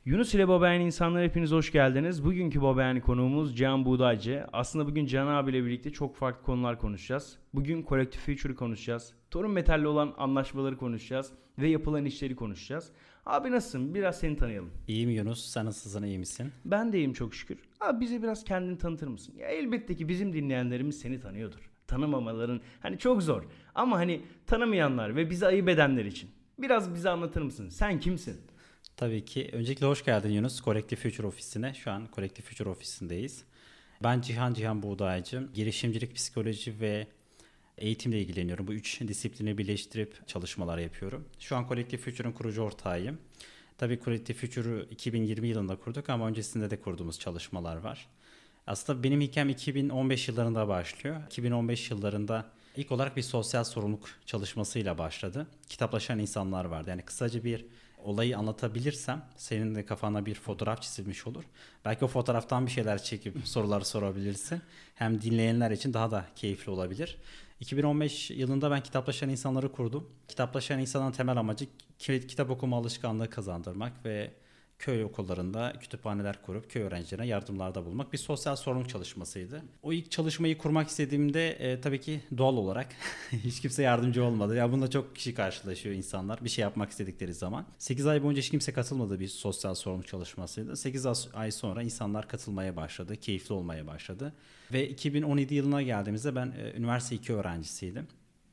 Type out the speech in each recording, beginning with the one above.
Yunus ile Babayan insanlar hepiniz hoş geldiniz. Bugünkü Babayan konuğumuz Cihan Buğdaycı. Aslında bugün Cihan abiyle birlikte çok farklı konular konuşacağız. Bugün Collective Future'ı konuşacağız. Torun Metal'le olan anlaşmaları konuşacağız. Ve yapılan işleri konuşacağız. Abi nasılsın? Biraz seni tanıyalım. İyiyim Yunus. Sen nasılsın? İyi misin? Ben de iyiyim çok şükür. Abi bize biraz kendini tanıtır mısın? Ya elbette ki bizim dinleyenlerimiz seni tanıyordur. Tanımamaların çok zor. Ama tanımayanlar ve bizi ayıp edenler için. Biraz bize anlatır mısın? Sen kimsin? Tabii ki. Öncelikle hoş geldin Yunus. Collective Future ofisine. Şu an Collective Future ofisindeyiz. Ben Cihan Buğdaycı. Girişimcilik, psikoloji ve eğitimle ilgileniyorum. Bu üç disiplini birleştirip çalışmalar yapıyorum. Şu an Collective Future'ın kurucu ortağıyım. Tabii Collective Future'u 2020 yılında kurduk ama öncesinde de kurduğumuz çalışmalar var. Aslında benim hikayem 2015 yıllarında başlıyor. 2015 yıllarında ilk olarak bir sosyal sorumluluk çalışmasıyla başladı. Kitaplaşan insanlar vardı. Yani kısaca bir olayı anlatabilirsem senin de kafana bir fotoğraf çizilmiş olur. Belki o fotoğraftan bir şeyler çekip soruları sorabilirsin. Hem dinleyenler için daha da keyifli olabilir. 2015 yılında ben Kitaplaşan insanları kurdum. Kitaplaşan insanın temel amacı kitap okuma alışkanlığı kazandırmak ve köy okullarında kütüphaneler kurup köy öğrencilerine yardımlarda bulunmak bir sosyal sorumluluk çalışmasıydı. O ilk çalışmayı kurmak istediğimde tabii ki doğal olarak hiç kimse yardımcı olmadı. Ya bununla çok kişi karşılaşıyor insanlar bir şey yapmak istedikleri zaman. 8 ay boyunca hiç kimse katılmadığı bir sosyal sorumluluk çalışmasıydı. 8 ay sonra insanlar katılmaya başladı, keyifli olmaya başladı. Ve 2017 yılına geldiğimizde ben üniversite 2 öğrencisiydim.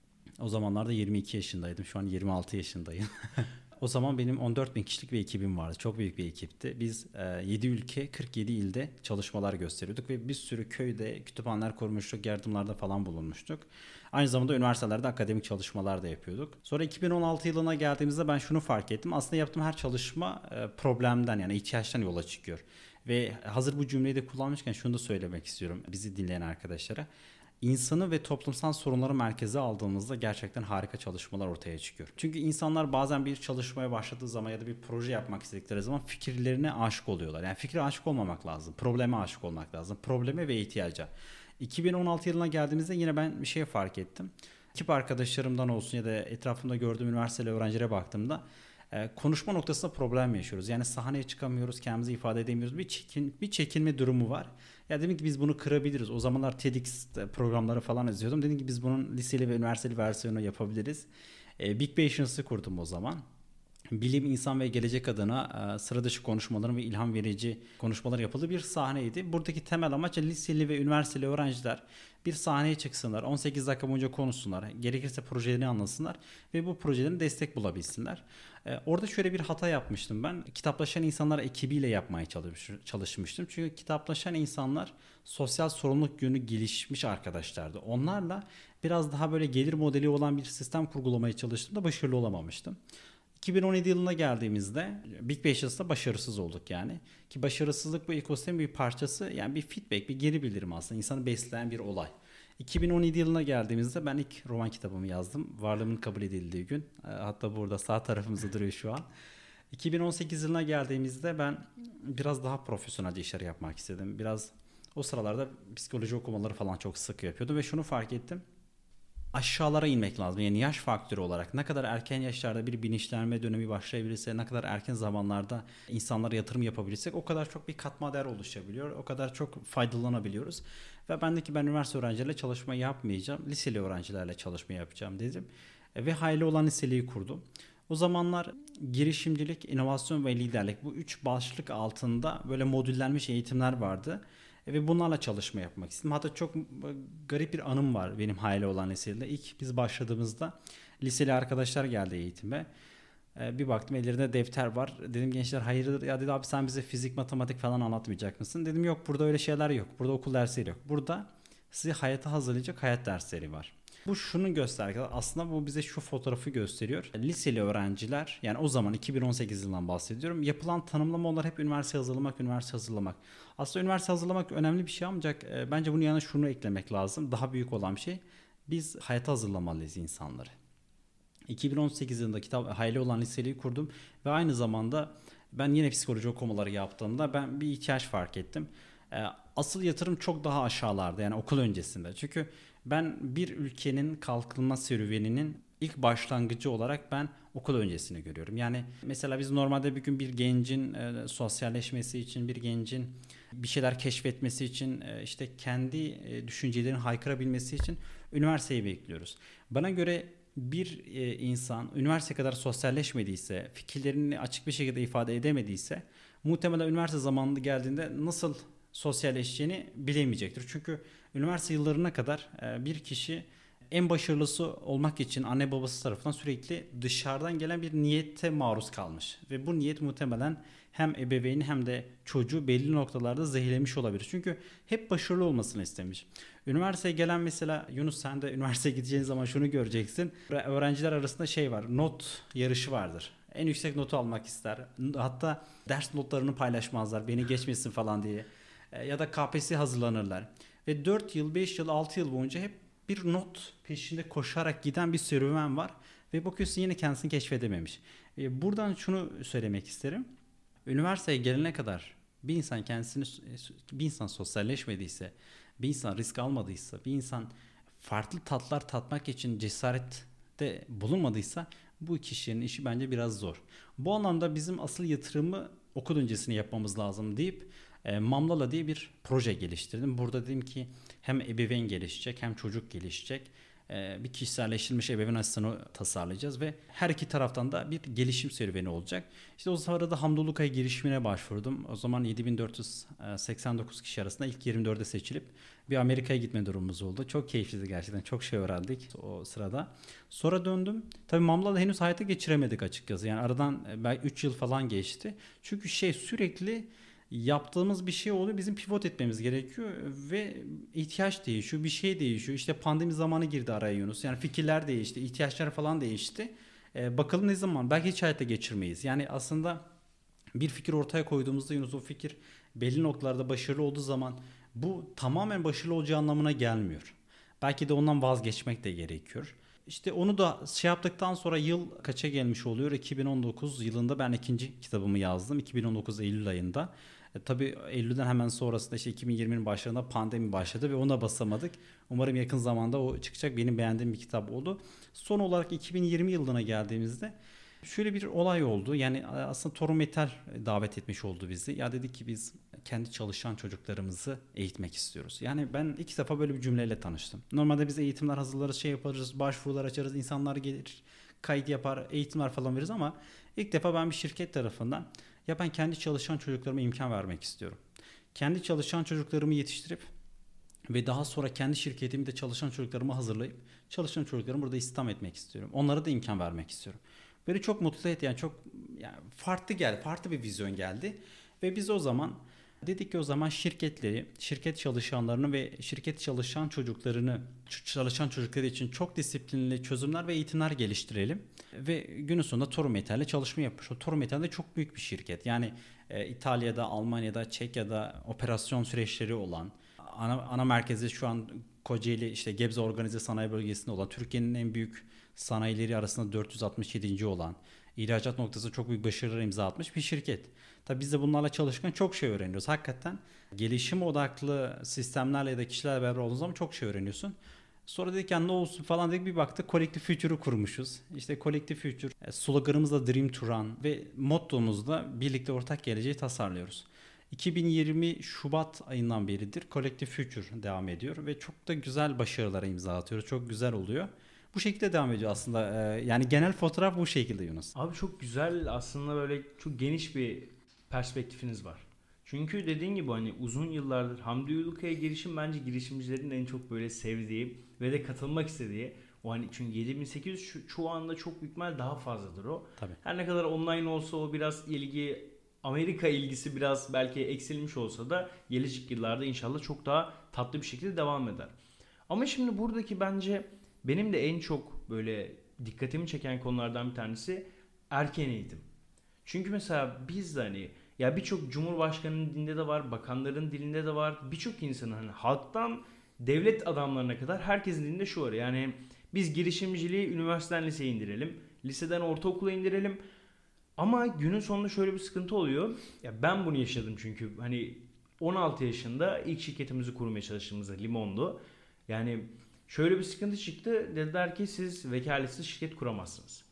O zamanlarda 22 yaşındaydım. Şu an 26 yaşındayım. O zaman benim 14 bin kişilik bir ekibim vardı. Çok büyük bir ekipti. Biz 7 ülke 47 ilde çalışmalar gösteriyorduk ve bir sürü köyde kütüphaneler kurmuştuk, yardımlarda falan bulunmuştuk. Aynı zamanda üniversitelerde akademik çalışmalar da yapıyorduk. Sonra 2016 yılına geldiğimizde ben şunu fark ettim. Aslında yaptığım her çalışma problemden yani ihtiyaçtan yola çıkıyor. Ve hazır bu cümleyi de kullanmışken şunu da söylemek istiyorum bizi dinleyen arkadaşlara. İnsanı ve toplumsal sorunları merkeze aldığımızda gerçekten harika çalışmalar ortaya çıkıyor. Çünkü insanlar bazen bir çalışmaya başladığı zaman ya da bir proje yapmak istedikleri zaman fikirlerine aşık oluyorlar. Yani fikre aşık olmamak lazım. Probleme aşık olmak lazım. Probleme ve ihtiyaca. 2016 yılına geldiğimizde yine ben bir şey fark ettim. Ekip arkadaşlarımdan olsun ya da etrafımda gördüğüm üniversiteli öğrencilere baktığımda konuşma noktasında problem yaşıyoruz. Yani sahneye çıkamıyoruz, kendimizi ifade edemiyoruz. Bir çekinme durumu var. Ya dedim ki biz bunu kırabiliriz. O zamanlar TEDx programları falan izliyordum. Dedim ki biz bunun liseli ve üniversiteli versiyonu yapabiliriz. Big Patience'ı kurdum o zaman. Bilim, insan ve gelecek adına sıra dışı konuşmaların ve ilham verici konuşmalar yapıldığı bir sahneydi. Buradaki temel amaç liseli ve üniversiteli öğrenciler bir sahneye çıksınlar, 18 dakika boyunca konuşsunlar, gerekirse projelerini anlasınlar ve bu projelerin destek bulabilsinler. Orada şöyle bir hata yapmıştım ben. Kitaplaşan insanlar ekibiyle yapmaya çalışmıştım. Çünkü kitaplaşan insanlar sosyal sorumluluk yönü gelişmiş arkadaşlardı. Onlarla biraz daha böyle gelir modeli olan bir sistem kurgulamaya çalıştığımda başarılı olamamıştım. 2017 yılına geldiğimizde Big Patience'da başarısız olduk yani. Ki başarısızlık bu ekosistemin bir parçası yani bir feedback, bir geri bildirim aslında insanı besleyen bir olay. 2017 yılına geldiğimizde ben ilk roman kitabımı yazdım. Varlığımın kabul edildiği gün. Hatta burada sağ tarafımızda duruyor şu an. 2018 yılına geldiğimizde ben biraz daha profesyonelce işler yapmak istedim. Biraz o sıralarda psikoloji okumaları falan çok sık yapıyordum ve şunu fark ettim. Aşağılara inmek lazım. Yani yaş faktörü olarak ne kadar erken yaşlarda bir bilinçlenme dönemi başlayabilirse, ne kadar erken zamanlarda insanlara yatırım yapabilirsek o kadar çok bir katma değer oluşabiliyor. O kadar çok faydalanabiliyoruz. Ve ben üniversite öğrencileriyle çalışma yapmayacağım. Liseli öğrencilerle çalışma yapacağım dedim. Ve hayli olan liseliği kurdum. O zamanlar girişimcilik, inovasyon ve liderlik bu üç başlık altında böyle modüllenmiş eğitimler vardı. Ve bunlarla çalışma yapmak istedim. Hatta çok garip bir anım var benim hayali olan lisede. İlk biz başladığımızda liseli arkadaşlar geldi eğitime. Bir baktım ellerinde defter var. Dedim gençler hayırdır ya dedi abi sen bize fizik, matematik falan anlatmayacak mısın? Dedim yok burada öyle şeyler yok. Burada okul dersleri yok. Burada sizi hayata hazırlayacak hayat dersleri var. Bu şunu gösteriyor. Aslında bu bize şu fotoğrafı gösteriyor. Liseli öğrenciler yani o zaman 2018 yılından bahsediyorum. Yapılan tanımlama onlar hep üniversite hazırlamak. Aslında üniversite hazırlamak önemli bir şey ancak bence bunun yanına şunu eklemek lazım. Daha büyük olan bir şey. Biz hayata hazırlamalıyız insanları. 2018 yılında hayali olan liseliği kurdum ve aynı zamanda ben yine psikoloji okumaları yaptığımda ben bir ihtiyaç fark ettim. Asıl yatırım çok daha aşağılarda yani okul öncesinde. Çünkü ben bir ülkenin kalkınma serüveninin ilk başlangıcı olarak ben okul öncesini görüyorum. Yani mesela biz normalde bir gün bir gencin sosyalleşmesi için, bir gencin bir şeyler keşfetmesi için, işte kendi düşüncelerini haykırabilmesi için üniversiteyi bekliyoruz. Bana göre bir insan üniversite kadar sosyalleşmediyse, fikirlerini açık bir şekilde ifade edemediyse muhtemelen üniversite zamanında geldiğinde nasıl sosyalleşeceğini bilemeyecektir. Çünkü üniversite yıllarına kadar bir kişi en başarılısı olmak için anne babası tarafından sürekli dışarıdan gelen bir niyete maruz kalmış. Ve bu niyet muhtemelen hem ebeveyni hem de çocuğu belli noktalarda zehirlemiş olabilir. Çünkü hep başarılı olmasını istemiş. Üniversiteye gelen mesela Yunus, sen de üniversiteye gideceğin zaman şunu göreceksin. Öğrenciler arasında şey var, not yarışı vardır. En yüksek notu almak ister. Hatta ders notlarını paylaşmazlar beni geçmesin falan diye. Ya da KPSS hazırlanırlar. Ve 4 yıl, 5 yıl, 6 yıl boyunca hep bir not peşinde koşarak giden bir serüven var. Ve bakıyorsun yine kendisini keşfedememiş. Buradan şunu söylemek isterim. Üniversiteye gelene kadar bir insan sosyalleşmediyse, bir insan risk almadıysa, bir insan farklı tatlar tatmak için cesarette bulunmadıysa bu kişinin işi bence biraz zor. Bu anlamda bizim asıl yatırımı okul öncesini yapmamız lazım deyip Mamlala diye bir proje geliştirdim. Burada dedim ki hem ebeveyn gelişecek hem çocuk gelişecek. Bir kişiselleştirilmiş ebeveyn asistanı tasarlayacağız ve her iki taraftan da bir gelişim serüveni olacak. İşte o sırada Hamdolukaya girişimine başvurdum. O zaman 7489 kişi arasında ilk 24'e seçilip bir Amerika'ya gitme durumumuz oldu. Çok keyifliydi gerçekten. Çok şey öğrendik o sırada. Sonra döndüm. Tabii Mamla'da henüz hayata geçiremedik açıkçası. Yani aradan belki 3 yıl falan geçti. Çünkü sürekli yaptığımız bir şey oluyor. Bizim pivot etmemiz gerekiyor ve ihtiyaç değişiyor. Bir şey değişiyor. İşte pandemi zamanı girdi araya Yunus. Yani fikirler değişti. İhtiyaçlar falan değişti. Bakalım ne zaman? Belki hiç hayata geçirmeyiz. Yani aslında bir fikir ortaya koyduğumuzda Yunus, o fikir belli noktalarda başarılı olduğu zaman bu tamamen başarılı olacağı anlamına gelmiyor. Belki de ondan vazgeçmek de gerekiyor. İşte onu da yaptıktan sonra yıl kaça gelmiş oluyor? 2019 yılında ben ikinci kitabımı yazdım. 2019 Eylül ayında. Tabii Eylül'den hemen sonrasında işte 2020'nin başlarında pandemi başladı ve ona basamadık. Umarım yakın zamanda o çıkacak. Benim beğendiğim bir kitap oldu. Son olarak 2020 yılına geldiğimizde şöyle bir olay oldu. Yani aslında Torun Metal davet etmiş oldu bizi. Ya dedik ki biz kendi çalışan çocuklarımızı eğitmek istiyoruz. Yani ben ilk defa böyle bir cümleyle tanıştım. Normalde biz eğitimler hazırlarız, şey yaparız, başvurular açarız, insanlar gelir, kayıt yapar, eğitimler falan veririz ama ilk defa ben bir şirket tarafından ya ben kendi çalışan çocuklarıma imkan vermek istiyorum. Kendi çalışan çocuklarımı yetiştirip ve daha sonra kendi şirketimde çalışan çocuklarımı hazırlayıp çalışan çocuklarımı burada istihdam etmek istiyorum. Onlara da imkan vermek istiyorum. Böyle çok mutlu etti, yani çok farklı bir vizyon geldi ve biz o zaman dedik ki o zaman şirketleri, şirket çalışanlarını ve şirket çalışan çocukları için çok disiplinli çözümler ve eğitimler geliştirelim ve günün sonunda Torun Metal'le çalışma yapmış. O Torun Metal de çok büyük bir şirket. Yani İtalya'da, Almanya'da, Çekya'da operasyon süreçleri olan, ana merkezi şu an Kocaeli, işte Gebze Organize Sanayi Bölgesi'nde olan, Türkiye'nin en büyük sanayileri arasında 467. olan, ihracat noktasında çok büyük başarılar imza atmış bir şirket. Tabii biz de bunlarla çalışırken çok şey öğreniyoruz. Hakikaten gelişim odaklı sistemlerle ya da kişilerle beraber olduğun zaman çok şey öğreniyorsun. Sonra dedik yani ne olsun falan dedik, bir baktık Collective Future'u kurmuşuz. İşte Collective Future sloganımız da Dream to Run ve mottomuzda birlikte ortak geleceği tasarlıyoruz. 2020 Şubat ayından beridir Collective Future devam ediyor ve çok da güzel başarılara imza atıyoruz. Çok güzel oluyor. Bu şekilde devam ediyor aslında. Yani genel fotoğraf bu şekilde Yunus. Abi çok güzel, aslında böyle çok geniş bir perspektifiniz var. Çünkü dediğin gibi hani uzun yıllardır Hamdi Ulukaya girişim bence girişimcilerin en çok böyle sevdiği ve de katılmak istediği. O hani çünkü 7800 şu anda çok büyük ihtimal daha fazladır o. Tabii. Her ne kadar online olsa o biraz Amerika ilgisi biraz belki eksilmiş olsa da gelecek yıllarda inşallah çok daha tatlı bir şekilde devam eder. Ama şimdi buradaki bence benim de en çok böyle dikkatimi çeken konulardan bir tanesi erken eğitim. Çünkü mesela biz de hani ya birçok cumhurbaşkanının dilinde de var, bakanların dilinde de var. Birçok insanın hani halktan devlet adamlarına kadar herkesin dilinde şu var. Yani biz girişimciliği üniversiteden liseye indirelim, liseden ortaokula indirelim. Ama günün sonunda şöyle bir sıkıntı oluyor. Ya ben bunu yaşadım çünkü hani 16 yaşında ilk şirketimizi kurmaya çalıştığımızda Limon'du. Yani şöyle bir sıkıntı çıktı. Dediler ki siz vekaletsiz şirket kuramazsınız.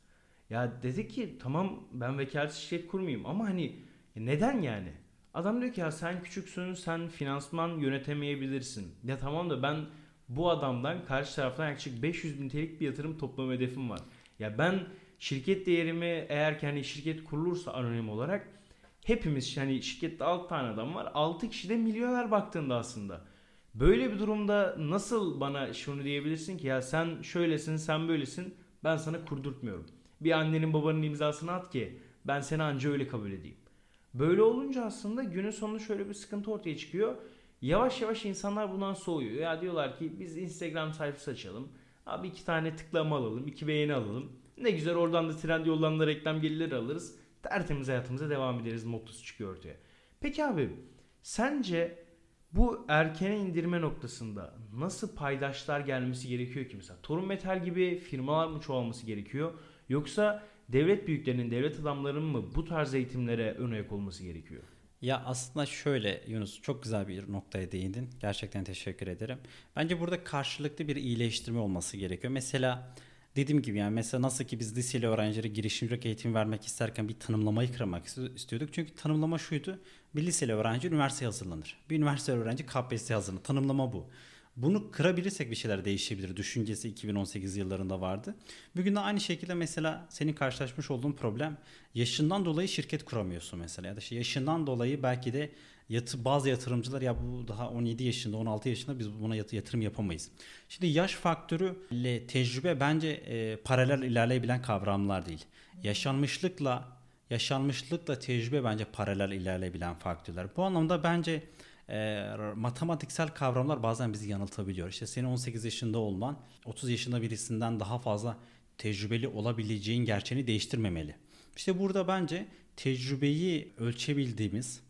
Ya dedi ki tamam ben vekalet şirket kurmayayım ama hani neden yani? Adam diyor ki ya sen küçüksün, sen finansman yönetemeyebilirsin. Ya tamam da ben bu adamdan, karşı taraftan yaklaşık 500 bin TL'lik bir yatırım toplama hedefim var. Ya ben şirket değerimi, eğer ki hani şirket kurulursa anonim olarak, hepimiz, hani şirkette 6 tane adam var, 6 kişi de milyoner baktığında aslında. Böyle bir durumda nasıl bana şunu diyebilirsin ki ya sen şöylesin, sen böylesin, ben sana kurdurtmuyorum. Bir annenin babanın imzasını at ki ben seni anca öyle kabul edeyim. Böyle olunca aslında günün sonunda şöyle bir sıkıntı ortaya çıkıyor. Yavaş yavaş insanlar bundan soğuyor. Ya diyorlar ki biz Instagram sayfası açalım. Abi 2 tane tıklama alalım, 2 beğeni alalım. Ne güzel, oradan da Trendyol'dan da reklam gelirleri alırız. Tertemiz hayatımıza devam ederiz mottosu çıkıyor ortaya. Peki abi, sence bu erkene indirme noktasında nasıl paydaşlar gelmesi gerekiyor ki mesela? Torun Metal gibi firmalar mı çoğalması gerekiyor? Yoksa devlet büyüklerinin, devlet adamlarının mı bu tarz eğitimlere ön ayak olması gerekiyor? Ya aslında şöyle Yunus, çok güzel bir noktaya değindin. Gerçekten teşekkür ederim. Bence burada karşılıklı bir iyileştirme olması gerekiyor. Mesela dediğim gibi, yani mesela nasıl ki biz liseli öğrencilere girişimcilik eğitimi vermek isterken bir tanımlamayı kırmak istiyorduk. Çünkü tanımlama şuydu: bir liseli öğrenci üniversiteye hazırlanır. Bir üniversite öğrenci KPSS'ye hazırlanır. Tanımlama bu. Bunu kırabilirsek bir şeyler değişebilir düşüncesi 2018 yıllarında vardı. Bugün de aynı şekilde mesela senin karşılaşmış olduğun problem, yaşından dolayı şirket kuramıyorsun mesela, ya da yaşından dolayı belki de bazı yatırımcılar ya bu daha 17 yaşında 16 yaşında biz buna yatırım yapamayız. Şimdi yaş faktörü ile tecrübe bence paralel ilerleyebilen kavramlar değil. Yaşanmışlıkla tecrübe bence paralel ilerleyebilen faktörler. Bu anlamda bence matematiksel kavramlar bazen bizi yanıltabiliyor. İşte senin 18 yaşında olman 30 yaşında birisinden daha fazla tecrübeli olabileceğin gerçeğini değiştirmemeli. İşte burada bence tecrübeyi ölçebildiğimiz,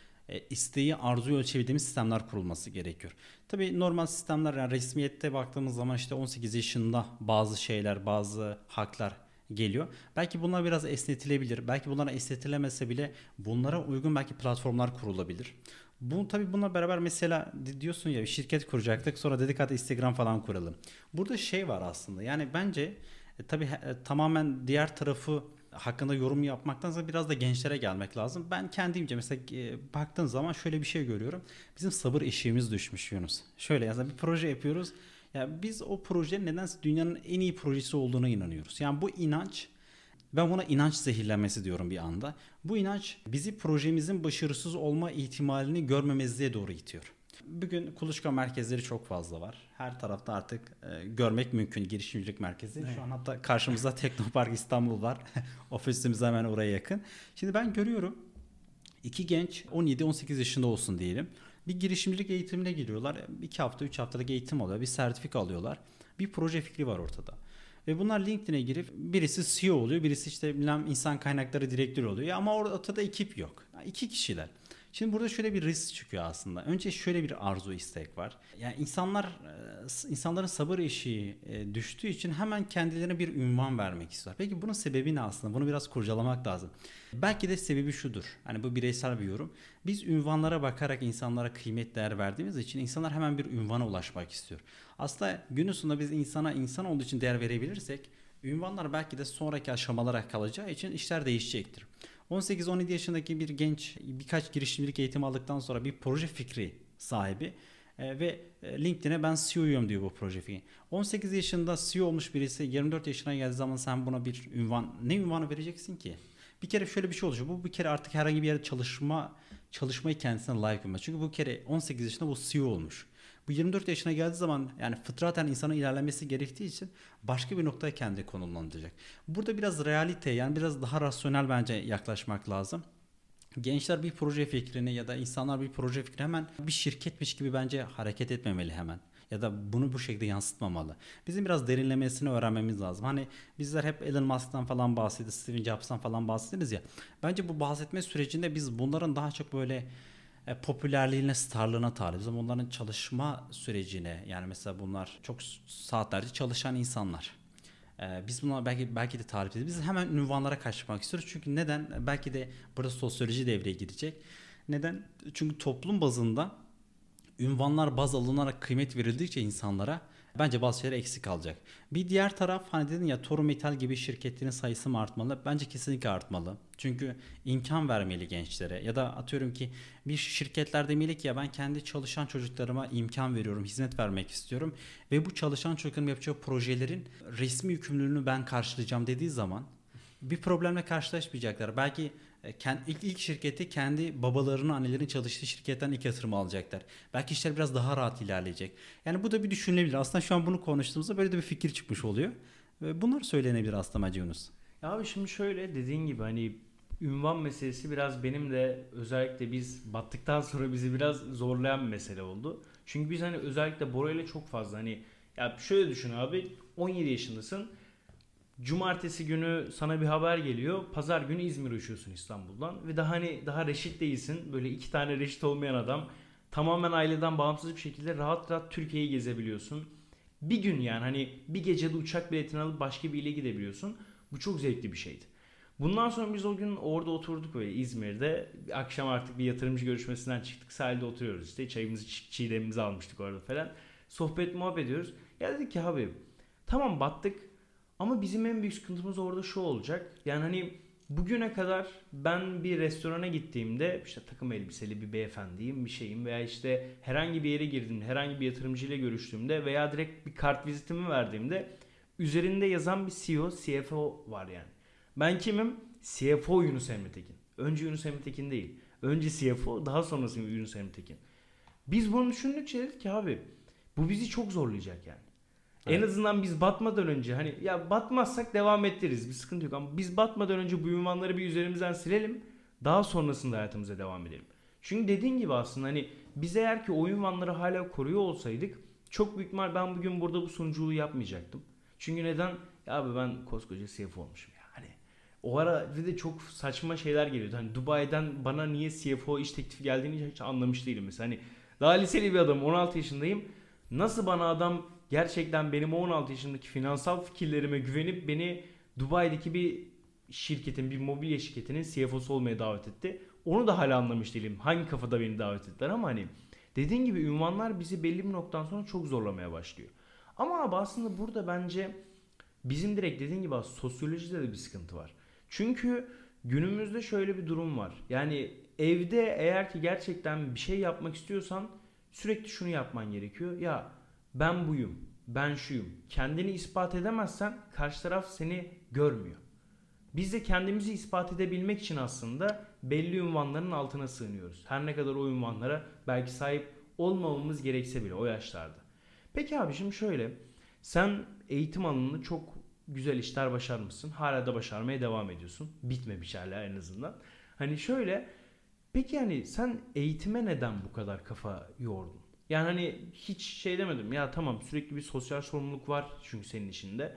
isteği, arzuyu ölçebildiğimiz sistemler kurulması gerekiyor. Tabii normal sistemler, yani resmiyette baktığımız zaman işte 18 yaşında bazı şeyler, bazı haklar geliyor. Belki bunlar biraz esnetilebilir. Belki bunlara esnetilemese bile bunlara uygun belki platformlar kurulabilir. Bu tabii bununla beraber mesela diyorsun ya bir şirket kuracaktık, sonra dedik hadi Instagram falan kuralım. Burada şey var aslında, yani bence tabii tamamen diğer tarafı hakkında yorum yapmaktansa biraz da gençlere gelmek lazım. Ben kendimce mesela baktığın zaman şöyle bir şey görüyorum. Bizim sabır eşiğimiz düşmüş Yunus. Şöyle, yani bir proje yapıyoruz. Ya biz o projenin nedense dünyanın en iyi projesi olduğuna inanıyoruz. Yani bu inanç, ben buna inanç zehirlenmesi diyorum bir anda. Bu inanç bizi projemizin başarısız olma ihtimalini görmemezliğe doğru itiyor. Bugün kuluçka merkezleri çok fazla var. Her tarafta artık görmek mümkün girişimcilik merkezi. Evet. Şu an hatta karşımızda Teknopark İstanbul var. Ofisimiz hemen oraya yakın. Şimdi ben görüyorum, iki genç 17-18 yaşında olsun diyelim. Bir girişimcilik eğitimine giriyorlar. 2 hafta 3 haftalık eğitim oluyor. Bir sertifika alıyorlar. Bir proje fikri var ortada. Ve bunlar LinkedIn'e girip birisi CEO oluyor, birisi işte bilmem insan kaynakları direktörü oluyor. Ama ortada ekip yok. Yani 2 kişiler. Şimdi burada şöyle bir risk çıkıyor aslında. Önce şöyle bir arzu, istek var. Yani insanların sabır eşiği düştüğü için hemen kendilerine bir ünvan vermek istiyorlar. Peki bunun sebebi ne aslında? Bunu biraz kurcalamak lazım. Belki de sebebi şudur. Hani bu bireysel bir yorum. Biz ünvanlara bakarak insanlara kıymet, değer verdiğimiz için insanlar hemen bir ünvana ulaşmak istiyor. Aslında günün sonunda biz insana insan olduğu için değer verebilirsek, ünvanlar belki de sonraki aşamalara kalacağı için işler değişecektir. 18-17 yaşındaki bir genç birkaç girişimcilik eğitimi aldıktan sonra bir proje fikri sahibi ve LinkedIn'e ben CEO'yum diyor bu proje fikri. 18 yaşında CEO olmuş birisi 24 yaşına geldiği zaman sen buna bir ünvan, ne ünvanı vereceksin ki? Bir kere şöyle bir şey olacak. Bu bir kere artık herhangi bir yerde çalışmayı kendisine layık görmez. Çünkü bu kere 18 yaşında bu CEO olmuş. Bu 24 yaşına geldiği zaman yani fıtraten insanın ilerlemesi gerektiği için başka bir noktaya kendini konumlandıracak. Burada biraz realite, yani biraz daha rasyonel bence yaklaşmak lazım. Gençler bir proje fikrini ya da insanlar bir proje fikrini hemen bir şirketmiş gibi bence hareket etmemeli hemen. Ya da bunu bu şekilde yansıtmamalı. Bizim biraz derinlemesini öğrenmemiz lazım. Hani bizler hep Elon Musk'tan falan bahsediyoruz, Steve Jobs'tan falan bahsederiz ya. Bence bu bahsetme sürecinde biz bunların daha çok böyle popülerliğine, starlığına talibiz. Ama onların çalışma sürecine, yani mesela bunlar çok saatlerce çalışan insanlar. Biz buna belki de talip değiliz. Biz hemen ünvanlara kaçmak istiyoruz. Çünkü neden? Belki de burada sosyoloji devreye girecek. Neden? Çünkü toplum bazında ünvanlar baz alınarak kıymet verildikçe insanlara Bence bazı şeyler eksik kalacak. Bir diğer taraf hani dedin ya Toru Metal gibi şirketlerin sayısı mı artmalı? Bence kesinlikle artmalı. Çünkü imkan vermeli gençlere. Ya da atıyorum ki bir şirketler demeli ki ya ben kendi çalışan çocuklarıma imkan veriyorum, hizmet vermek istiyorum. Ve bu çalışan çocukların yapacağı projelerin resmi yükümlülüğünü ben karşılayacağım dediği zaman bir problemle karşılaşmayacaklar. Belki ilk şirketi kendi babalarının, annelerin çalıştığı şirketten ilk yatırım alacaklar. Belki işler biraz daha rahat ilerleyecek. Yani bu da bir düşünülebilir. Aslında şu an bunu konuştuğumuzda böyle de bir fikir çıkmış oluyor. Bunlar söylenebilir aslında bence Yunus. Ya abi şimdi şöyle dediğin gibi hani ünvan meselesi biraz benim de özellikle biz battıktan sonra bizi biraz zorlayan bir mesele oldu. Çünkü biz hani özellikle Bora ile çok fazla hani ya şöyle düşün abi 17 yaşındasın. Cumartesi günü sana bir haber geliyor. Pazar günü İzmir'e uçuyorsun İstanbul'dan ve daha hani daha reşit değilsin. Böyle iki tane reşit olmayan adam tamamen aileden bağımsız bir şekilde rahat rahat Türkiye'yi gezebiliyorsun. Bir gün yani hani bir gecede uçak biletini alıp başka bir ile gidebiliyorsun. Bu çok zevkli bir şeydi. Bundan sonra biz o gün orada oturduk böyle İzmir'de. Akşam artık bir yatırımcı görüşmesinden çıktık. Sahilde oturuyoruz işte. Çayımızı, çiğdemimizi almıştık orada falan. Sohbet muhabbet ediyoruz. Ya dedik ki abi tamam battık ama bizim en büyük sıkıntımız orada şu olacak. Yani hani bugüne kadar ben bir restorana gittiğimde işte takım elbiseli bir beyefendiyim bir şeyim veya işte herhangi bir yere girdiğimde herhangi bir yatırımcıyla görüştüğümde veya direkt bir kart vizitimi verdiğimde üzerinde yazan bir CEO, CFO var yani. Ben kimim? CFO Yunus Emre Tekin. Önce Yunus Emre Tekin değil. Önce CFO daha sonrasında Yunus Emre Tekin. Biz bunu düşündükçe dedik ki abi bu bizi çok zorlayacak yani. En Evet. azından biz batmadan önce hani ya batmazsak devam ettiririz bir sıkıntı yok ama biz batmadan önce bu ünvanları bir üzerimizden silelim daha sonrasında hayatımıza devam edelim. Çünkü dediğin gibi aslında hani biz eğer ki o ünvanları hala koruyor olsaydık çok büyük ihtimal ben bugün burada bu sunuculuğu yapmayacaktım. Çünkü neden? Ya abi ben koskoca CFO olmuşum ya hani. O ara bir de çok saçma şeyler geliyordu. Hani Dubai'den bana niye CFO iş teklifi geldiğini hiç anlamış değilim mesela. Hani daha liseli bir adamım 16 yaşındayım. Nasıl bana adam gerçekten benim 16 yaşındaki finansal fikirlerime güvenip beni Dubai'deki bir şirketin, bir mobilya şirketinin CFO'su olmaya davet etti. Onu da hala anlamış değilim. Hangi kafada beni davet ettiler ama hani dediğin gibi ünvanlar bizi belli bir noktadan sonra çok zorlamaya başlıyor. Ama abi aslında burada bence bizim direkt dediğin gibi sosyolojide de bir sıkıntı var. Çünkü günümüzde şöyle bir durum var. Yani evde eğer ki gerçekten bir şey yapmak istiyorsan sürekli şunu yapman gerekiyor. Ya ben buyum, ben şuyum. Kendini ispat edemezsen karşı taraf seni görmüyor. Biz de kendimizi ispat edebilmek için aslında belli ünvanların altına sığınıyoruz. Her ne kadar o ünvanlara belki sahip olmamamız gerekse bile o yaşlarda. Peki abi şimdi şöyle. Sen eğitim alanında çok güzel işler başarmışsın. Hala da başarmaya devam ediyorsun. Bitmemiş hala en azından. Hani şöyle. Peki yani sen eğitime neden bu kadar kafa yordun? Yani hani hiç şey demedim. Ya tamam sürekli bir sosyal sorumluluk var çünkü senin işinde.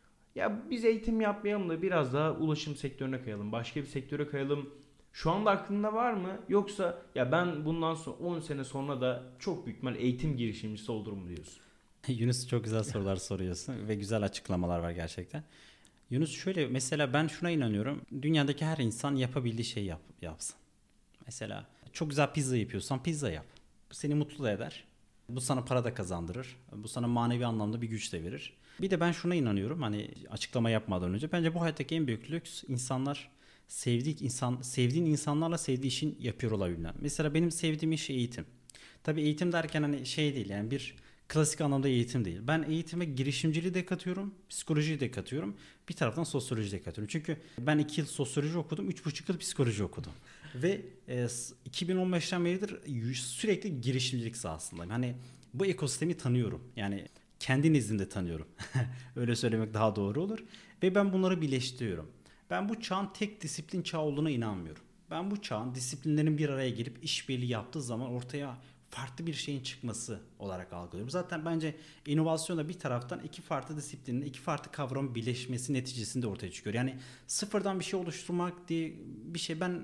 Ya biz eğitim yapmayalım da biraz daha ulaşım sektörüne kayalım. Başka bir sektöre kayalım. Şu anda aklında var mı? Yoksa ya ben bundan sonra 10 sene sonra da çok büyük ihtimal eğitim girişimcisi olurum mu diyorsun? Yunus çok güzel sorular soruyorsun ve güzel açıklamalar var gerçekten. Yunus şöyle mesela ben şuna inanıyorum. Dünyadaki her insan yapabildiği şeyi yapsın. Mesela çok güzel pizza yapıyorsan pizza yap. Bu seni mutlu da eder. Bu sana para da kazandırır. Bu sana manevi anlamda bir güç de verir. Bir de ben şuna inanıyorum hani açıklama yapmadan önce. Bence bu hayattaki en büyük lüks insanlar sevdiğin insanlarla sevdiği işin yapıyor olabilmen. Mesela benim sevdiğim iş eğitim. Tabii eğitim derken hani şey değil yani bir klasik anlamda eğitim değil. Ben eğitime girişimciliği de katıyorum, psikolojiyi de katıyorum. Bir taraftan sosyoloji de katıyorum. Çünkü ben 2 yıl sosyoloji okudum, 3,5 yıl psikoloji okudum. Ve 2015'ten beridir sürekli girişimcilik sahasındayım. Hani bu ekosistemi tanıyorum. Yani kendi nezdimde tanıyorum. Öyle söylemek daha doğru olur. Ve ben bunları birleştiriyorum. Ben bu çağın tek disiplin çağı olduğuna inanmıyorum. Ben bu çağın disiplinlerin bir araya gelip işbirliği yaptığı zaman ortaya farklı bir şeyin çıkması olarak algılıyorum. Zaten bence inovasyon da bir taraftan iki farklı disiplinin, iki farklı kavramın birleşmesi neticesinde ortaya çıkıyor. Yani sıfırdan bir şey oluşturmak diye bir şey ben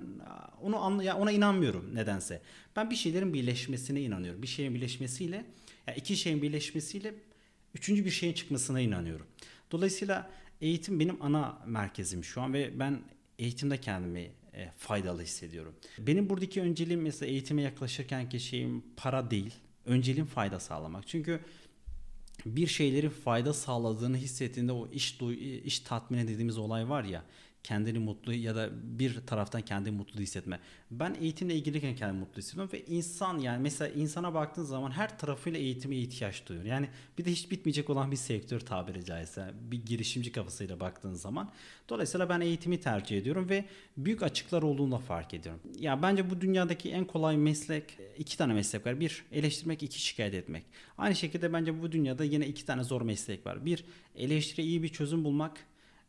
ona inanmıyorum nedense. Ben bir şeylerin birleşmesine inanıyorum. Bir şeyin birleşmesiyle, yani iki şeyin birleşmesiyle üçüncü bir şeyin çıkmasına inanıyorum. Dolayısıyla eğitim benim ana merkezim şu an ve ben eğitimde kendimi faydalı hissediyorum. Benim buradaki önceliğim mesela eğitime yaklaşırkenki şeyim para değil. Önceliğim fayda sağlamak. Çünkü bir şeyleri fayda sağladığını hissettiğinde o iş tatmini dediğimiz olay var ya, kendini mutlu ya da bir taraftan kendini mutlu hissetme. Ben eğitimle ilgiliyken kendimi mutlu hissediyorum ve insan, yani mesela insana baktığın zaman her tarafıyla eğitime ihtiyaç duyuyor. Yani bir de hiç bitmeyecek olan bir sektör tabiri caizse, bir girişimci kafasıyla baktığın zaman. Dolayısıyla ben eğitimi tercih ediyorum ve büyük açıklar olduğunu da fark ediyorum. Ya bence bu dünyadaki en kolay meslek, iki tane meslek var. Bir, eleştirmek, iki, şikayet etmek. Aynı şekilde bence bu dünyada yine iki tane zor meslek var. Bir, eleştiri, iyi bir çözüm bulmak.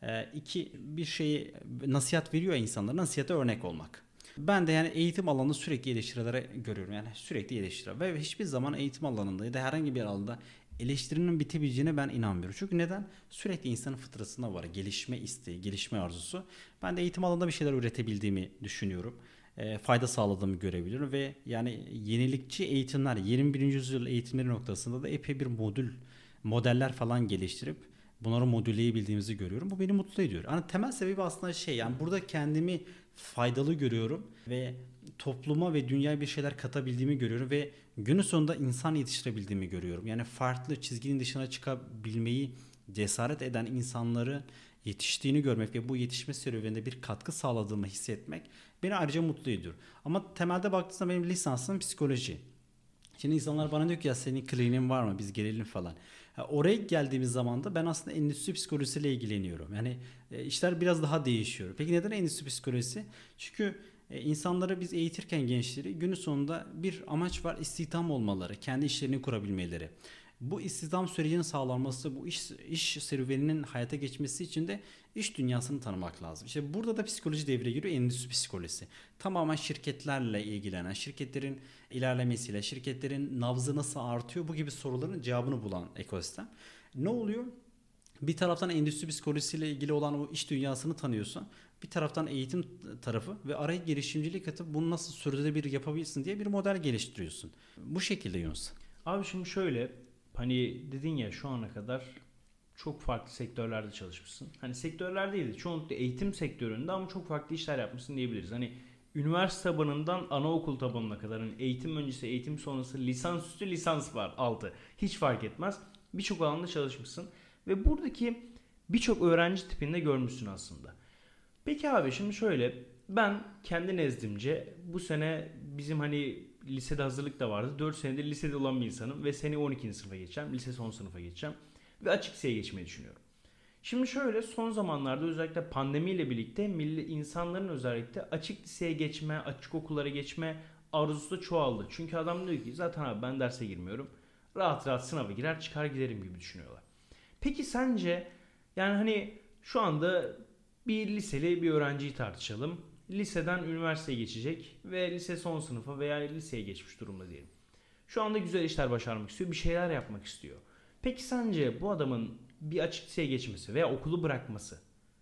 İki, bir şeyi nasihat veriyor ya insanlara, nasihate örnek olmak. Ben de yani eğitim alanında sürekli eleştirilere görüyorum. Yani sürekli eleştiri. Ve hiçbir zaman eğitim alanında ya da herhangi bir alanda eleştirinin bitebileceğine ben inanmıyorum. Çünkü neden? Sürekli insanın fıtratında var. Gelişme isteği, gelişme arzusu. Ben de eğitim alanında bir şeyler üretebildiğimi düşünüyorum. Fayda sağladığımı görebiliyorum ve yani yenilikçi eğitimler, 21. yüzyıl eğitimleri noktasında da epey bir modeller falan geliştirip bunları modülleyebildiğimizi görüyorum. Bu beni mutlu ediyor. Yani temel sebebi aslında yani burada kendimi faydalı görüyorum ve topluma ve dünyaya bir şeyler katabildiğimi görüyorum ve günün sonunda insan yetiştirebildiğimi görüyorum. Yani farklı çizginin dışına çıkabilmeyi cesaret eden insanları yetiştiğini görmek ve bu yetişme serüveninde bir katkı sağladığımı hissetmek beni ayrıca mutlu ediyor. Ama temelde baktığımda benim lisansım psikoloji. Şimdi insanlar bana diyor ki ya senin kliniğin var mı, biz gelelim falan. Oraya geldiğimiz zaman da ben aslında endüstri psikolojisiyle ilgileniyorum. Yani işler biraz daha değişiyor. Peki neden endüstri psikolojisi? Çünkü insanları biz eğitirken gençleri günün sonunda bir amaç var, istihdam olmaları, kendi işlerini kurabilmeleri. Bu istihdam sürecinin sağlanması, bu iş serüveninin hayata geçmesi için de iş dünyasını tanımak lazım. İşte burada da psikoloji devreye giriyor, endüstri psikolojisi. Tamamen şirketlerle ilgilenen, şirketlerin ilerlemesiyle, şirketlerin nabzı nasıl artıyor, bu gibi soruların cevabını bulan ekosistem. Ne oluyor? Bir taraftan endüstri psikolojisiyle ilgili olan o iş dünyasını tanıyorsun. Bir taraftan eğitim tarafı ve araya girişimcilik atıp bunu nasıl sürdürülebilir yapabilirsin diye bir model geliştiriyorsun. Bu şekilde Yunus. Abi şimdi şöyle, hani dedin ya şu ana kadar çok farklı sektörlerde çalışmışsın. Hani sektörler değil de çoğunlukla eğitim sektöründe ama çok farklı işler yapmışsın diyebiliriz. Hani üniversite tabanından anaokul tabanına kadar, hani eğitim öncesi, eğitim sonrası, lisansüstü, lisans var, altı. Hiç fark etmez. Birçok alanda çalışmışsın. Ve buradaki birçok öğrenci tipinde görmüşsün aslında. Peki abi şimdi şöyle, ben kendi nezdimce bu sene bizim hani lisede hazırlık da vardı. 4 senedir lisede olan bir insanım ve seni 12. sınıfa geçeceğim. Lise son sınıfa geçeceğim. Ve açık liseye geçmeyi düşünüyorum. Şimdi şöyle, son zamanlarda özellikle pandemiyle birlikte insanların özellikle açık liseye geçme, açık okullara geçme arzusu da çoğaldı. Çünkü adam diyor ki zaten abi ben derse girmiyorum. Rahat rahat sınava girer çıkar giderim gibi düşünüyorlar. Peki sence yani hani şu anda bir liseli bir öğrenciyi tartışalım. Liseden üniversiteye geçecek ve lise son sınıfa veya liseye geçmiş durumda diyelim. Şu anda güzel işler başarmak istiyor, bir şeyler yapmak istiyor. Peki sence bu adamın bir açık liseye geçmesi veya okulu bırakması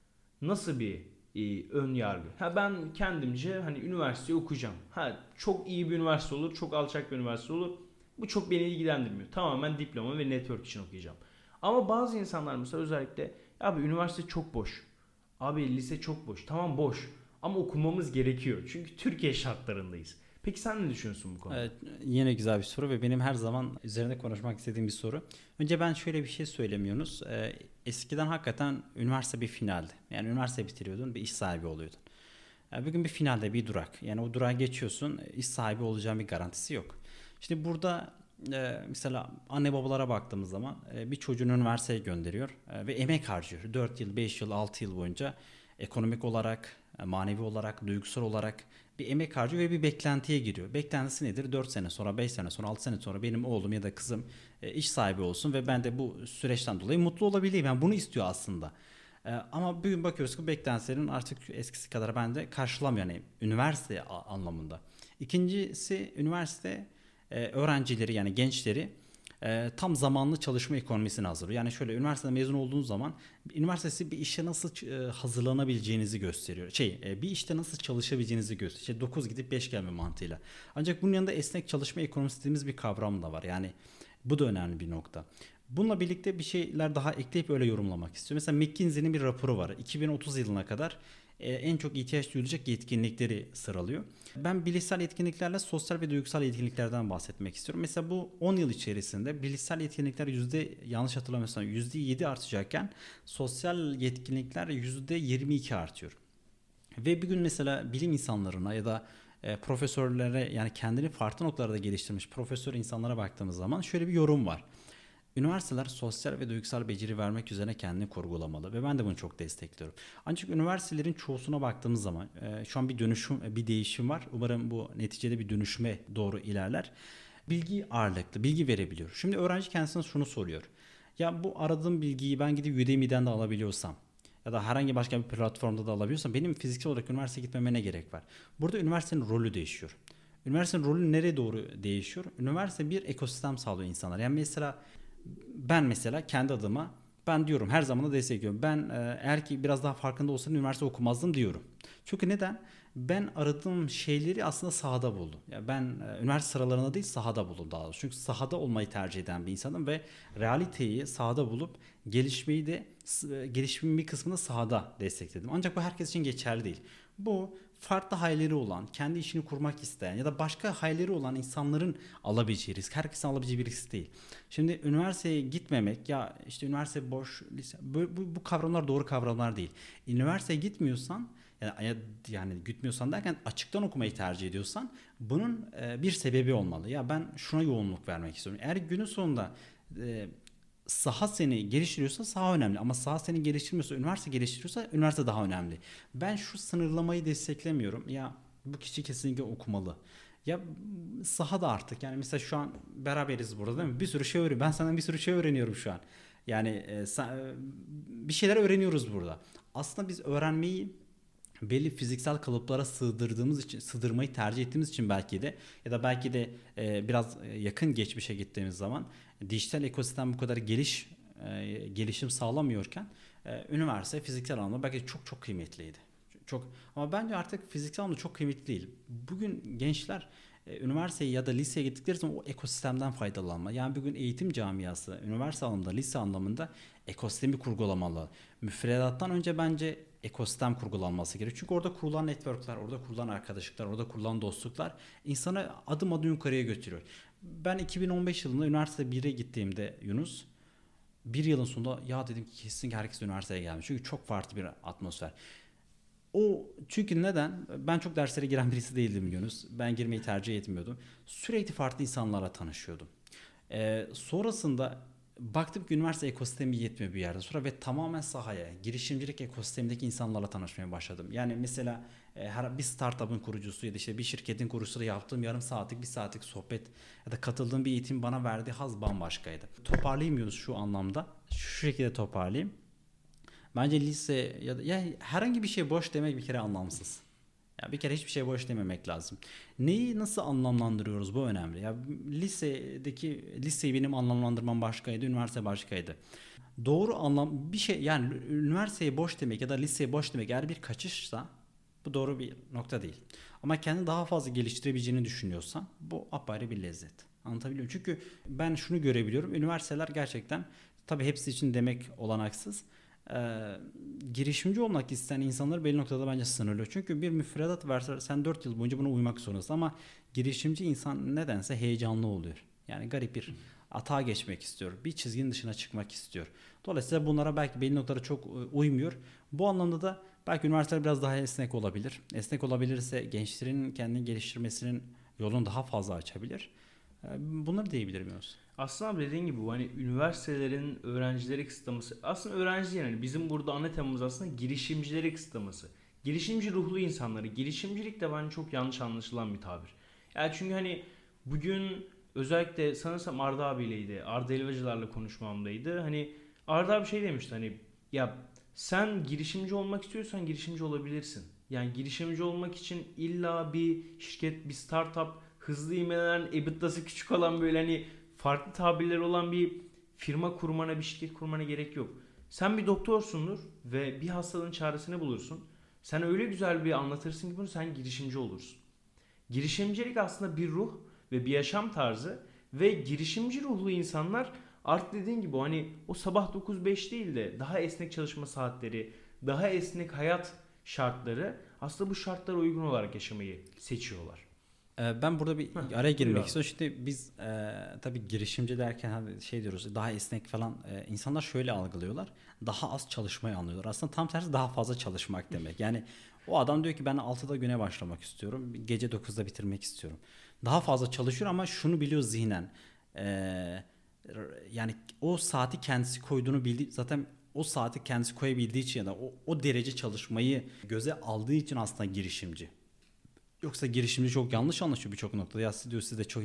nasıl bir ön yargı? Ha ben kendimce hani üniversite okuyacağım. Ha çok iyi bir üniversite olur, çok alçak bir üniversite olur. Bu çok beni ilgilendirmiyor. Tamamen diploma ve network için okuyacağım. Ama bazı insanlar mesela özellikle abi üniversite çok boş. Abi lise çok boş. Tamam boş ama okumamız gerekiyor. Çünkü Türkiye şartlarındayız. Peki sen ne düşünüyorsun bu konuda? Evet, yine güzel bir soru ve benim her zaman üzerinde konuşmak istediğim bir soru. Önce ben şöyle bir şey söylemiyorsunuz. Eskiden hakikaten üniversite bir finaldi. Yani üniversite bitiriyordun, bir iş sahibi oluyordun. Bugün bir finalde bir durak. Yani o durağa geçiyorsun, iş sahibi olacağın bir garantisi yok. Şimdi burada mesela anne babalara baktığımız zaman bir çocuğunu üniversiteye gönderiyor ve emek harcıyor. 4 yıl, 5 yıl, 6 yıl boyunca ekonomik olarak, manevi olarak, duygusal olarak bir emek harcıyor ve bir beklentiye giriyor. Beklentisi nedir? 4 sene sonra, 5 sene sonra, 6 sene sonra benim oğlum ya da kızım iş sahibi olsun ve ben de bu süreçten dolayı mutlu olabileyim. Yani bunu istiyor aslında. Ama bugün bakıyoruz ki beklentilerin artık eskisi kadar bende karşılamıyor. Yani üniversite anlamında. İkincisi üniversite öğrencileri yani gençleri tam zamanlı çalışma ekonomisine hazırlıyor. Yani şöyle üniversiteden mezun olduğunuz zaman üniversitesi bir işe nasıl hazırlanabileceğinizi gösteriyor. Bir işte nasıl çalışabileceğinizi gösteriyor. İşte 9 gidip 5 gelme mantığıyla. Ancak bunun yanında esnek çalışma ekonomisi dediğimiz bir kavram da var. Yani bu da önemli bir nokta. Bununla birlikte bir şeyler daha ekleyip öyle yorumlamak istiyorum. Mesela McKinsey'nin bir raporu var. 2030 yılına kadar en çok ihtiyaç duyulacak yetkinlikleri sıralıyor. Ben bilişsel yetkinliklerle sosyal ve duygusal yetkinliklerden bahsetmek istiyorum. Mesela bu 10 yıl içerisinde bilişsel yetkinlikler yanlış hatırlamıyorsam %7 artacakken sosyal yetkinlikler %22 artıyor. Ve bir gün mesela bilim insanlarına ya da profesörlere, yani kendini farklı noktalarda geliştirmiş profesör insanlara baktığımız zaman şöyle bir yorum var. Üniversiteler sosyal ve duygusal beceri vermek üzerine kendini kurgulamalı ve ben de bunu çok destekliyorum. Ancak üniversitelerin çoğusuna baktığımız zaman şu an bir değişim var. Umarım bu neticede bir dönüşüme doğru ilerler. Bilgi ağırlıklı, bilgi verebiliyor. Şimdi öğrenci kendisine şunu soruyor. Ya bu aradığım bilgiyi ben gidip Udemy'den de alabiliyorsam ya da herhangi başka bir platformda da alabiliyorsam benim fiziksel olarak üniversiteye gitmeme ne gerek var? Burada üniversitenin rolü değişiyor. Üniversitenin rolü nereye doğru değişiyor? Üniversite bir ekosistem sağlıyor insanlar. Yani mesela kendi adıma ben diyorum, her zaman da destekliyorum. Ben eğer ki biraz daha farkında olsam üniversite okumazdım diyorum. Çünkü neden? Ben aradığım şeyleri aslında sahada buldum. Ya ben üniversite sıralarında değil, sahada buldum daha doğrusu. Çünkü sahada olmayı tercih eden bir insanım ve realiteyi sahada bulup gelişimin bir kısmını sahada destekledim. Ancak bu herkes için geçerli değil. Bu farklı hayalleri olan, kendi işini kurmak isteyen ya da başka hayalleri olan insanların alabileceği risk. Herkesin alabileceği bir risk değil. Şimdi üniversiteye gitmemek, ya işte üniversite boş, lise, bu kavramlar doğru kavramlar değil. Üniversiteye gitmiyorsan, yani gitmiyorsan derken açıktan okumayı tercih ediyorsan bunun bir sebebi olmalı. Ya ben şuna yoğunluk vermek istiyorum. Eğer günün sonunda saha seni geliştiriyorsa saha önemli, ama saha seni geliştirmiyorsa, üniversite geliştiriyorsa üniversite daha önemli. Ben şu sınırlamayı desteklemiyorum. Ya bu kişi kesinlikle okumalı. Ya saha da artık, yani mesela şu an beraberiz burada değil mi? Bir sürü şey öğreniyorum. Ben senden bir sürü şey öğreniyorum şu an. Yani bir şeyler öğreniyoruz burada. Aslında biz öğrenmeyi belli fiziksel kalıplara sığdırmayı tercih ettiğimiz için belki de, ya da belki de biraz yakın geçmişe gittiğimiz zaman dijital ekosistem bu kadar gelişim sağlamıyorken üniversite fiziksel anlamda belki çok çok kıymetliydi. Ama bence artık fiziksel anlamda çok kıymetli değil. Bugün gençler üniversiteye ya da liseye gittikleri zaman o ekosistemden faydalanma. Yani bugün eğitim camiası üniversite anlamında, lise anlamında ekosistemi kurgulamalı. Müfredattan önce bence ekosistem kurgulanması gerekiyor. Çünkü orada kurulan networkler, orada kurulan arkadaşlıklar, orada kurulan dostluklar insanı adım adım yukarıya götürüyor. Ben 2015 yılında üniversite 1'e gittiğimde Yunus, bir yılın sonunda ya dedim ki kesinlikle herkes üniversiteye gelmiş. Çünkü çok farklı bir atmosfer. Çünkü neden? Ben çok derslere giren birisi değildim Yunus. Ben girmeyi tercih etmiyordum. Sürekli farklı insanlarla tanışıyordum. Sonrasında baktım ki üniversite ekosistemi yetmiyor bir yerden sonra ve tamamen sahaya, girişimcilik ekosistemindeki insanlarla tanışmaya başladım. Yani mesela bir startup'ın kurucusu ya da işte bir şirketin kurucusuyla yaptığım yarım saatlik, bir saatlik sohbet ya da katıldığım bir eğitim bana verdiği haz bambaşkaydı. Toparlayayım Yunus şu anlamda. Şu şekilde toparlayayım. Bence lise ya herhangi bir şey boş demek bir kere anlamsız. Ya bir kere hiçbir şey boş dememek lazım. Neyi nasıl anlamlandırıyoruz, bu önemli. Ya liseyi benim anlamlandırmam başkaydı, üniversite başkaydı. Doğru anlam bir şey, yani üniversiteye boş demek ya da liseye boş demek eğer bir kaçışsa bu doğru bir nokta değil. Ama kendini daha fazla geliştirebileceğini düşünüyorsan bu apayrı bir lezzet. Anlatabiliyor muyum? Çünkü ben şunu görebiliyorum. Üniversiteler gerçekten, tabii hepsi için demek olanaksız, girişimci olmak isteyen insanlar belli noktada bence sınırlıyor. Çünkü bir müfredat verse sen 4 yıl boyunca buna uymak zorundasın, ama girişimci insan nedense heyecanlı oluyor. Yani garip bir atağa geçmek istiyor. Bir çizginin dışına çıkmak istiyor. Dolayısıyla bunlara belki belli noktada çok uymuyor. Bu anlamda da belki üniversiteler biraz daha esnek olabilir. Esnek olabilirse gençlerin kendini geliştirmesinin yolunu daha fazla açabilir. Bunları diyebilirim. Aslında dediğin gibi bu hani üniversitelerin öğrencileri kısıtlaması. Aslında öğrenci yani bizim burada ana temamız aslında girişimcileri kısıtlaması. Girişimci ruhlu insanları. Girişimcilik de bence çok yanlış anlaşılan bir tabir. Yani çünkü hani bugün özellikle sanırsam Arda abiyleydi. Arda Elvacılarla konuşmamdaydı. Hani Arda abi şey demişti, hani ya sen girişimci olmak istiyorsan girişimci olabilirsin. Yani girişimci olmak için illa bir şirket, bir startup, hızlı ivmelenen, EBITDA'sı küçük olan böyle hani farklı tabirleri olan bir firma kurmana, bir şirket kurmana gerek yok. Sen bir doktorsundur ve bir hastalığın çaresini bulursun. Sen öyle güzel bir anlatırsın ki bunu, sen girişimci olursun. Girişimcilik aslında bir ruh ve bir yaşam tarzı ve girişimci ruhlu insanlar artık dediğin gibi hani o sabah 9-5 değil de daha esnek çalışma saatleri, daha esnek hayat şartları aslında bu şartlara uygun olarak yaşamayı seçiyorlar. Ben burada bir araya buyur girmek abi. istiyorum. Şimdi biz tabii girişimci derken hani şey diyoruz, daha esnek falan, insanlar şöyle algılıyorlar. Daha az çalışmayı anlıyorlar. Aslında tam tersi, daha fazla çalışmak demek. Yani o adam diyor ki ben 6'da güne başlamak istiyorum. Gece 9'da bitirmek istiyorum. Daha fazla çalışıyor ama şunu biliyor zihnen. E, Yani o saati kendisi koyduğunu bildiği, zaten o saati kendisi koyabildiği için ya da o derece çalışmayı göze aldığı için aslında girişimci. Yoksa girişimci çok yanlış anlaşıyor birçok noktada. Ya siz diyor, siz de çok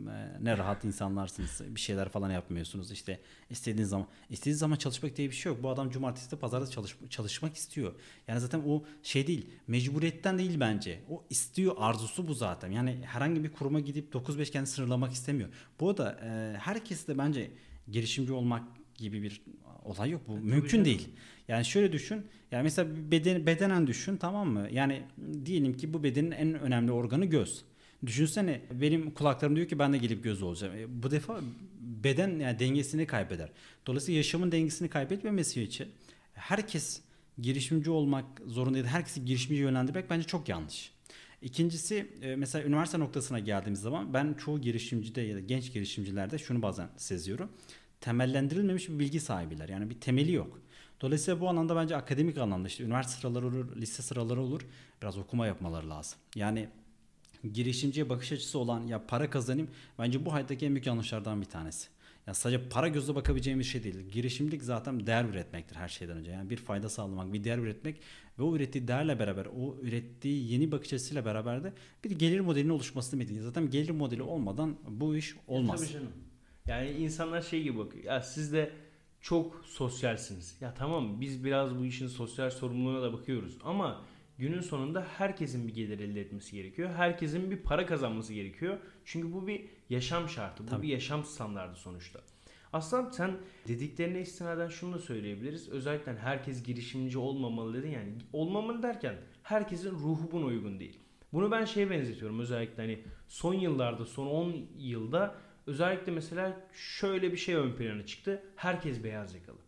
ne rahat insanlarsınız. Bir şeyler falan yapmıyorsunuz. İşte istediğiniz zaman çalışmak diye bir şey yok. Bu adam cumartesi de pazarda çalışmak istiyor. Yani zaten o şey değil. Mecburiyetten değil bence. O istiyor, arzusu bu zaten. Yani herhangi bir kuruma gidip 9-5 kendini sınırlamak istemiyor. Bu arada herkes de bence girişimci olmak gibi bir olay yok. Bu mümkün canım. değil. Yani şöyle düşün. Yani mesela bedenen düşün, tamam mı? Yani diyelim ki bu bedenin en önemli organı göz. Düşünsene, benim kulaklarım diyor ki ben de gelip göz olacağım. Bu defa beden yani dengesini kaybeder. Dolayısıyla yaşamın dengesini kaybetmemesi için herkes girişimci olmak zorundaydı. Herkesi girişimci yönlendirmek bence çok yanlış. İkincisi, mesela üniversite noktasına geldiğimiz zaman ben çoğu girişimcide ya da genç girişimcilerde şunu bazen seziyorum. Temellendirilmemiş bir bilgi sahibiler. Yani bir temeli yok. Dolayısıyla bu anlamda bence akademik anlamda işte üniversite sıraları olur, lise sıraları olur. Biraz okuma yapmaları lazım. Yani girişimciye bakış açısı olan ya para kazanayım, bence bu hayattaki en büyük yanlışlardan bir tanesi. Ya sadece para gözle bakabileceğim bir şey değil. Girişimcilik zaten değer üretmektir her şeyden önce. Yani bir fayda sağlamak, bir değer üretmek ve o ürettiği değerle beraber, o ürettiği yeni bakış açısıyla beraber de bir gelir modelinin oluşmasını bekliyor. Zaten gelir modeli olmadan bu iş olmaz. Tabii canım. Yani insanlar şey gibi bakıyor. Ya siz de çok sosyalsiniz. Ya tamam, biz biraz bu işin sosyal sorumluluğuna da bakıyoruz. Ama günün sonunda herkesin bir gelir elde etmesi gerekiyor. Herkesin bir para kazanması gerekiyor. Çünkü bu bir yaşam şartı. Bu Tabii. bir yaşam standardı sonuçta. Aslında sen dediklerine istinaden şunu da söyleyebiliriz. Özellikle herkes girişimci olmamalı dedin. Yani olmamalı derken herkesin ruhu buna uygun değil. Bunu ben şeye benzetiyorum. Özellikle hani son yıllarda, son 10 yılda özellikle mesela şöyle bir şey ön plana çıktı. Herkes beyaz yakalı.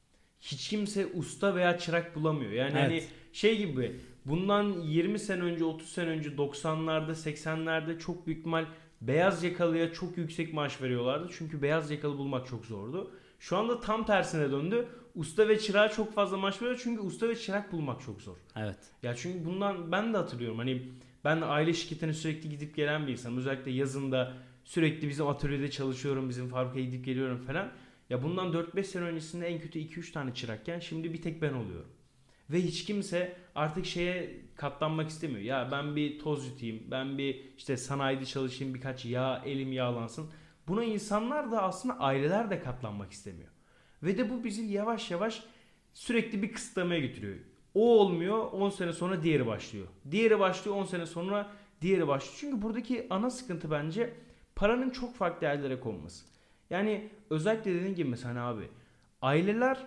Hiç kimse usta veya çırak bulamıyor. Yani hani Evet. şey gibi, bundan 20 sene önce, 30 sene önce 90'larda 80'lerde çok büyük ihtimal beyaz yakalıya çok yüksek maaş veriyorlardı. Çünkü beyaz yakalı bulmak çok zordu. Şu anda tam tersine döndü. Usta ve çırağa çok fazla maaş veriyor çünkü usta ve çırak bulmak çok zor. Evet. Ya çünkü bundan ben de hatırlıyorum. Hani ben de aile şirketine sürekli gidip gelen bir insanım. Özellikle yazında sürekli bizim atölyede çalışıyorum. Bizim fabrikaya gidip geliyorum falan. Ya bundan 4-5 sene öncesinde en kötü 2-3 tane çırakken şimdi bir tek ben oluyorum. Ve hiç kimse artık şeye katlanmak istemiyor. Ya ben bir toz yutayım. Ben bir işte sanayide çalışayım. Birkaç elim yağlansın. Buna insanlar da aslında aileler de katlanmak istemiyor. Ve de bu bizi yavaş yavaş sürekli bir kısıtlamaya getiriyor. O olmuyor, 10 sene sonra diğeri başlıyor. Diğeri başlıyor, 10 sene sonra diğeri başlıyor. Çünkü buradaki ana sıkıntı bence paranın çok farklı yerlere konması. Yani özellikle dediğin gibi mesela abi, aileler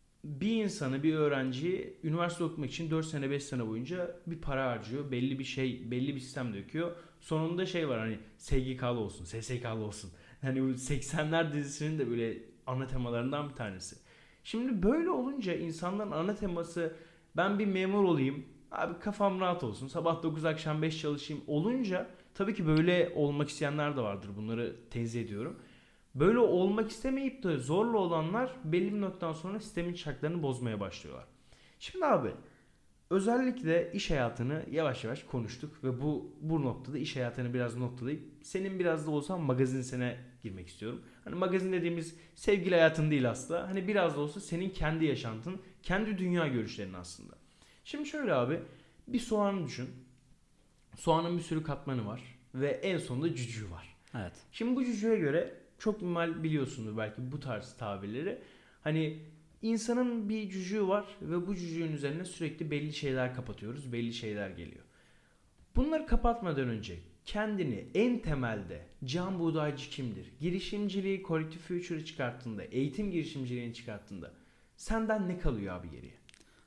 bir insanı, bir öğrenciyi üniversite okumak için 4 sene 5 sene boyunca bir para harcıyor. Belli bir şey, belli bir sistem döküyor. Sonunda şey var, hani SGK'lı olsun, SSK'lı olsun. Hani bu 80'ler dizisinin de böyle ana temalarından bir tanesi. Şimdi böyle olunca insanların ana teması ben bir memur olayım. Abi kafam rahat olsun. Sabah 9 akşam 5 çalışayım olunca, tabii ki böyle olmak isteyenler de vardır. Bunları tenzih ediyorum. Böyle olmak istemeyip de zorla olanlar belli bir noktadan sonra sistemin çarklarını bozmaya başlıyorlar. Şimdi abi, özellikle iş hayatını yavaş yavaş konuştuk ve bu noktada iş hayatını biraz noktalayıp senin biraz da olsa magazinsene girmek istiyorum. Hani magazin dediğimiz sevgili hayatın değil aslında. Hani biraz da olsa senin kendi yaşantın, kendi dünya görüşlerin aslında. Şimdi şöyle abi, bir soğanı düşün. Soğanın bir sürü katmanı var ve en sonunda cücüğü var. Evet. Şimdi bu cücüğe göre çok mal biliyorsunuz belki bu tarz tabirleri. Hani insanın bir cücüğü var ve bu cücüğün üzerine sürekli belli şeyler kapatıyoruz, belli şeyler geliyor. Bunları kapatmadan önce kendini en temelde Can Buğdaycı kimdir? Girişimciliği, Collective Future'ı çıkarttığında, eğitim girişimciliğini çıkarttığında senden ne kalıyor abi geriye?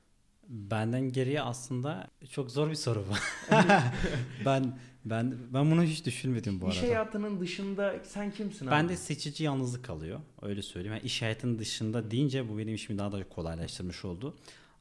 Benden geriye aslında çok zor bir soru bu. Ben ben bunu hiç düşünmedim bu İş arada. hayatının dışında sen kimsin abi? Bende seçici yalnızlık kalıyor. Öyle söyleyeyim. Yani iş hayatının dışında deyince bu benim işimi daha da kolaylaştırmış oldu.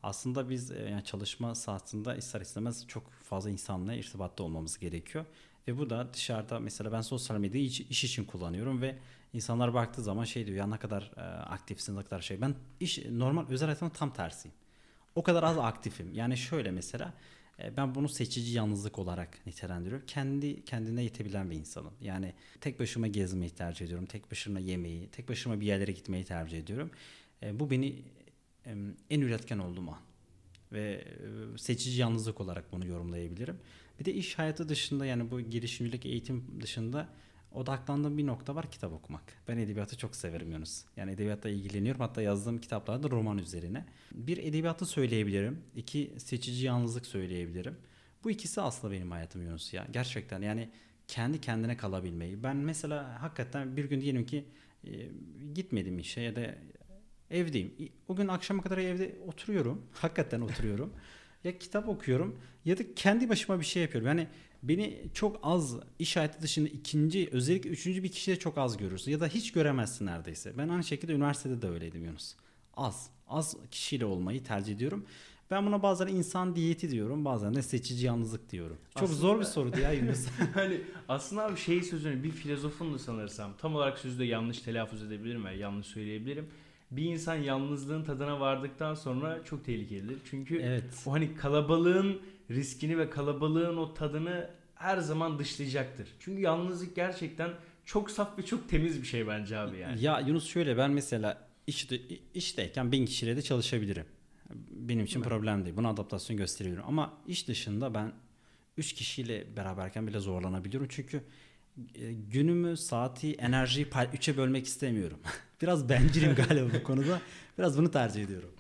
Aslında biz yani çalışma saatinde ister istemez çok fazla insanla irtibatta olmamız gerekiyor. Ve bu da dışarıda mesela ben sosyal medyayı iş için kullanıyorum ve insanlar baktığı zaman şey diyor ya ne kadar aktifsin, ne kadar şey. Ben normal özel hayatımda tam tersiyim. O kadar az aktifim. Yani şöyle mesela ben bunu seçici yalnızlık olarak nitelendiriyorum. Kendine yetebilen bir insanım. Yani tek başıma gezmeyi tercih ediyorum. Tek başıma yemeği, tek başıma bir yerlere gitmeyi tercih ediyorum. Bu beni en üretken olduğum an. Ve seçici yalnızlık olarak bunu yorumlayabilirim. Bir de iş hayatı dışında yani bu girişimcilik eğitim dışında odaklandığım bir nokta var, kitap okumak. Ben edebiyatı çok severim Yunus. Yani edebiyatla ilgileniyorum. Hatta yazdığım kitaplarda roman üzerine. Bir, edebiyatı söyleyebilirim. İki, seçici yalnızlık söyleyebilirim. Bu ikisi aslında benim hayatım Yunus ya. Gerçekten yani kendi kendine kalabilmeyi. Ben mesela hakikaten bir gün diyelim ki gitmedim işe ya da evdeyim. O gün akşama kadar evde oturuyorum. Hakikaten oturuyorum. Ya kitap okuyorum ya da kendi başıma bir şey yapıyorum. Yani beni çok az iş hayatı dışında ikinci, özellikle üçüncü bir kişide çok az görürsün. Ya da hiç göremezsin neredeyse. Ben aynı şekilde üniversitede de öyleydim Yunus. Az kişiyle olmayı tercih ediyorum. Ben buna bazen insan diyeti diyorum, bazen de seçici yalnızlık diyorum. Çok Aslında, zor bir soruydu ya Yunus. Hani aslında abi şey sözünü bir filozofundu sanırsam. Tam olarak sözü de yanlış telaffuz edebilirim veya yanlış söyleyebilirim. Bir insan yalnızlığın tadına vardıktan sonra çok tehlikelidir. Çünkü Evet. o hani kalabalığın riskini ve kalabalığın o tadını her zaman dışlayacaktır. Çünkü yalnızlık gerçekten çok saf ve çok temiz bir şey bence abi yani. Ya Yunus şöyle, ben mesela işteyken 1000 kişiyle de çalışabilirim. Benim için problem değil. Buna adaptasyon gösterebilirim. Ama iş dışında ben 3 kişiyle beraberken bile zorlanabiliyorum. Çünkü günümü, saati, enerjiyi 3'e bölmek istemiyorum. Biraz bencilim galiba bu konuda. Biraz bunu tercih ediyorum.